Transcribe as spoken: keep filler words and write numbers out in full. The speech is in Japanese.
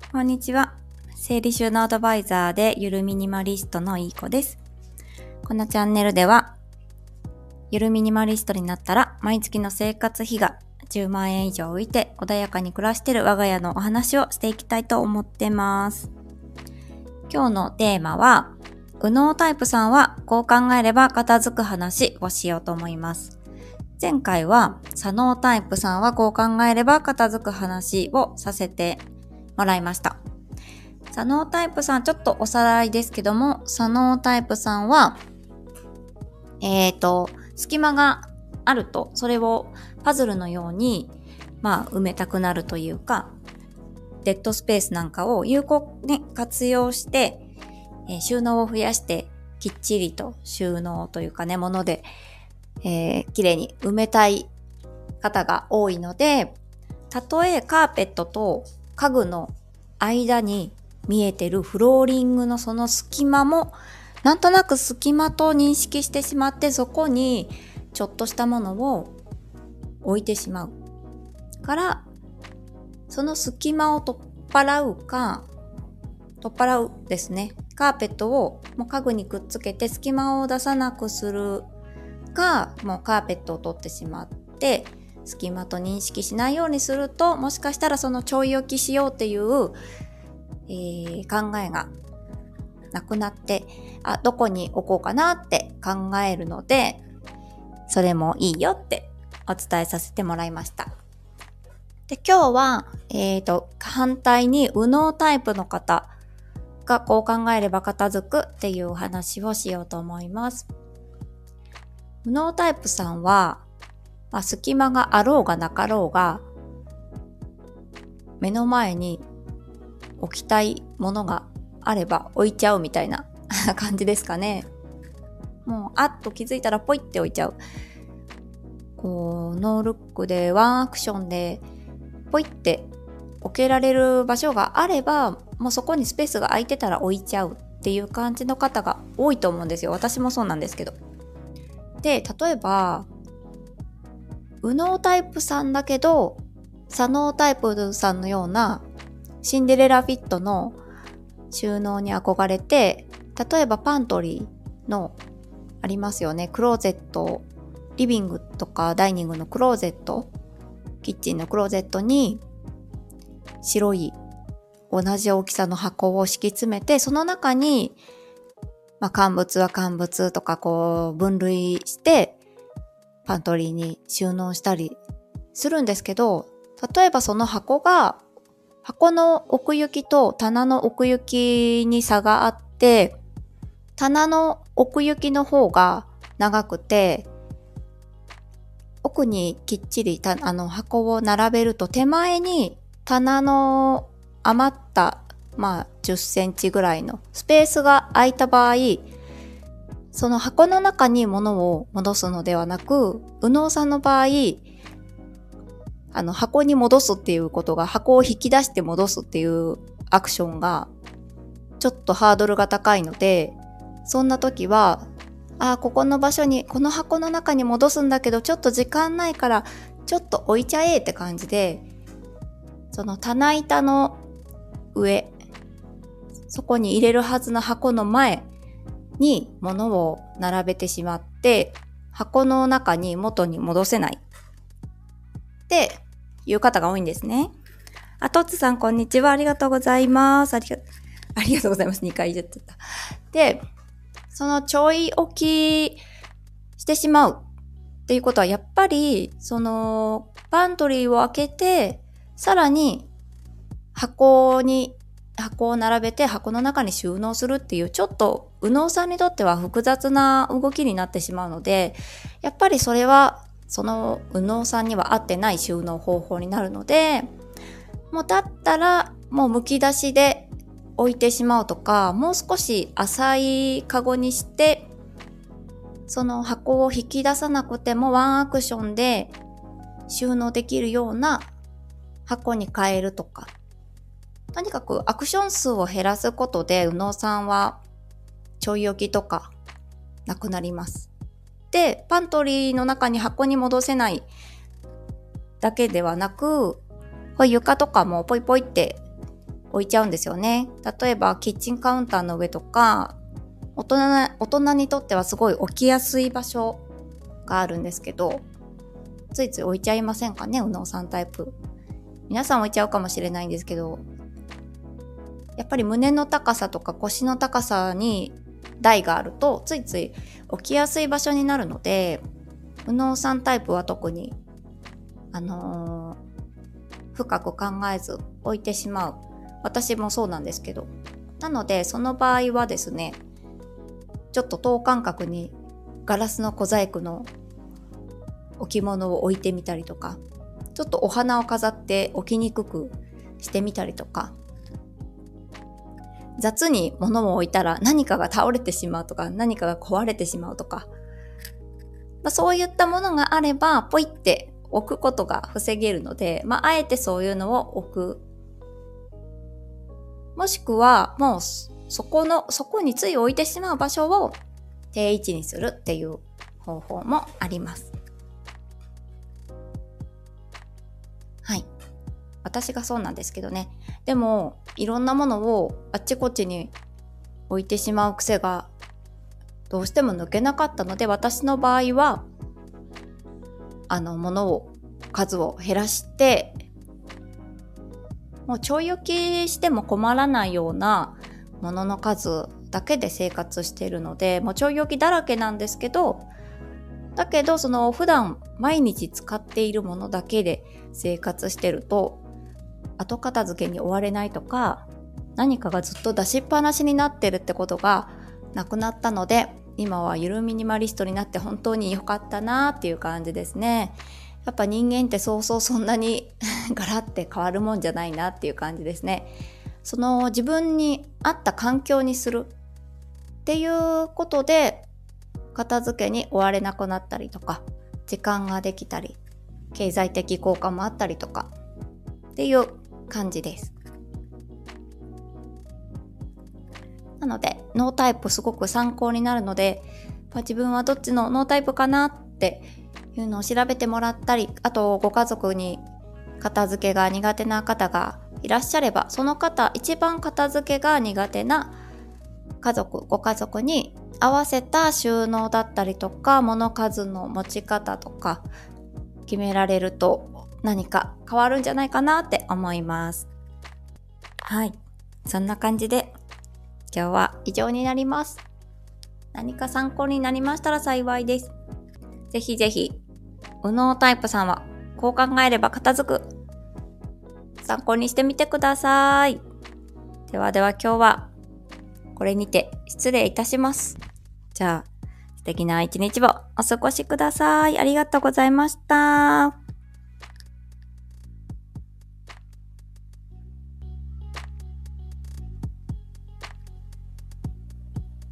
こんにちは。整理収納アドバイザーでゆるミニマリストのいい子です。このチャンネルでは、ゆるミニマリストになったら毎月の生活費がじゅうまんえん以上浮いて穏やかに暮らしている我が家のお話をしていきたいと思ってます。今日のテーマは、右脳タイプさんはこう考えれば片付く話をしようと思います。前回は左脳タイプさんはこう考えれば片付く話をさせてもらいました。左脳タイプさん、ちょっとおさらいですけども、左脳タイプさんは、えーと、隙間があると、それをパズルのように、まあ、埋めたくなるというか、デッドスペースなんかを有効に活用して、えー、収納を増やして、きっちりと収納というかね、もので、えー、綺麗に埋めたい方が多いので、たとえカーペットと家具の間に見えてるフローリングのその隙間もなんとなく隙間と認識してしまって、そこにちょっとしたものを置いてしまうから、その隙間を取っ払うか取っ払うですね。カーペットをもう家具にくっつけて隙間を出さなくするか、もうカーペットを取ってしまって隙間と認識しないようにすると、もしかしたらそのちょい置きしようっていう、えー、考えがなくなって、あ、どこに置こうかなって考えるので、それもいいよってお伝えさせてもらいました。で、今日は、えーと、反対に右脳タイプの方がこう考えれば片付くっていうお話をしようと思います。右脳タイプさんは、まあ、隙間があろうがなかろうが、目の前に置きたいものがあれば置いちゃうみたいな感じですかね。もうあっと気づいたらポイって置いちゃう。こうノールックでワンアクションでポイって置けられる場所があれば、もうそこにスペースが空いてたら置いちゃうっていう感じの方が多いと思うんですよ。私もそうなんですけど。で、例えば右脳タイプさんだけど左脳タイプさんのようなシンデレラフィットの収納に憧れて、例えばパントリーのありますよね、クローゼット、リビングとかダイニングのクローゼット、キッチンのクローゼットに白い同じ大きさの箱を敷き詰めて、その中に、まあ、乾物は乾物とかこう分類してパントリーに収納したりするんですけど、例えばその箱が箱の奥行きと棚の奥行きに差があって、棚の奥行きの方が長くて、奥にきっちりたあの箱を並べると手前に棚の余ったまあじゅっセンチぐらいのスペースが空いた場合、その箱の中に物を戻すのではなく、右脳さんの場合、あの箱に戻すっていうことが、箱を引き出して戻すっていうアクションがちょっとハードルが高いので、そんな時は、あ、ここの場所にこの箱の中に戻すんだけどちょっと時間ないからちょっと置いちゃえって感じで、その棚板の上、そこに入れるはずの箱の前に物を並べてしまって、箱の中に元に戻せないっていう方が多いんですね。あ、トッツさんこんにちは。ありがとうございます。ありが、ありがとうございます。にかい言っちゃった。で、そのちょい置きしてしまうっていうことは、やっぱり、その、パントリーを開けて、さらに箱に、箱を並べて箱の中に収納するっていう、ちょっと右脳さんにとっては複雑な動きになってしまうので、やっぱりそれは、その右脳さんには合ってない収納方法になるので、もうだったらもうむき出しで置いてしまうとか、もう少し浅いカゴにしてその箱を引き出さなくてもワンアクションで収納できるような箱に変えるとか、とにかくアクション数を減らすことで右脳さんはちょい置きとかなくなります。で、パントリーの中に箱に戻せないだけではなく、床とかもポイポイって置いちゃうんですよね。例えばキッチンカウンターの上とか、大人な、大人にとってはすごい置きやすい場所があるんですけど、ついつい置いちゃいませんかね、右脳さんタイプ。皆さん置いちゃうかもしれないんですけど、やっぱり胸の高さとか腰の高さに台があるとついつい置きやすい場所になるので、右脳さんタイプは特にあのー、深く考えず置いてしまう。私もそうなんですけど、なのでその場合はですね、ちょっと等間隔にガラスの小細工の置物を置いてみたりとか、ちょっとお花を飾って置きにくくしてみたりとか、雑に物を置いたら何かが倒れてしまうとか、何かが壊れてしまうとか、まあ、そういったものがあればポイって置くことが防げるので、まあ、あえてそういうのを置く。もしくはもうそこのそこについ置いてしまう場所を定位置にするっていう方法もあります。はい、私がそうなんですけどね。でもいろんなものをあっちこっちに置いてしまう癖がどうしても抜けなかったので、私の場合はあの物を数を減らして、もうちょい置きしても困らないようなものの数だけで生活しているので、もうちょい置きだらけなんですけど、だけどその普段毎日使っているものだけで生活してると、後片付けに追われないとか、何かがずっと出しっぱなしになってるってことがなくなったので、今はゆるミニマリストになって本当に良かったなっていう感じですね。やっぱ人間ってそうそうそんなにガラッて変わるもんじゃないなっていう感じですね。その自分に合った環境にするっていうことで、片付けに追われなくなったりとか、時間ができたり、経済的効果もあったりとかっていう感じです。なのでノータイプすごく参考になるので、自分はどっちのノータイプかなっていうのを調べてもらったり、あとご家族に片付けが苦手な方がいらっしゃれば、その方一番片付けが苦手な家族ご家族に合わせた収納だったりとか、物数の持ち方とか決められると何か変わるんじゃないかなって思います。はい、そんな感じで今日は以上になります。何か参考になりましたら幸いです。ぜひぜひ右脳タイプさんはこう考えれば片付く、参考にしてみてください。ではでは今日はこれにて失礼いたします。じゃあ素敵な一日をお過ごしください。ありがとうございました。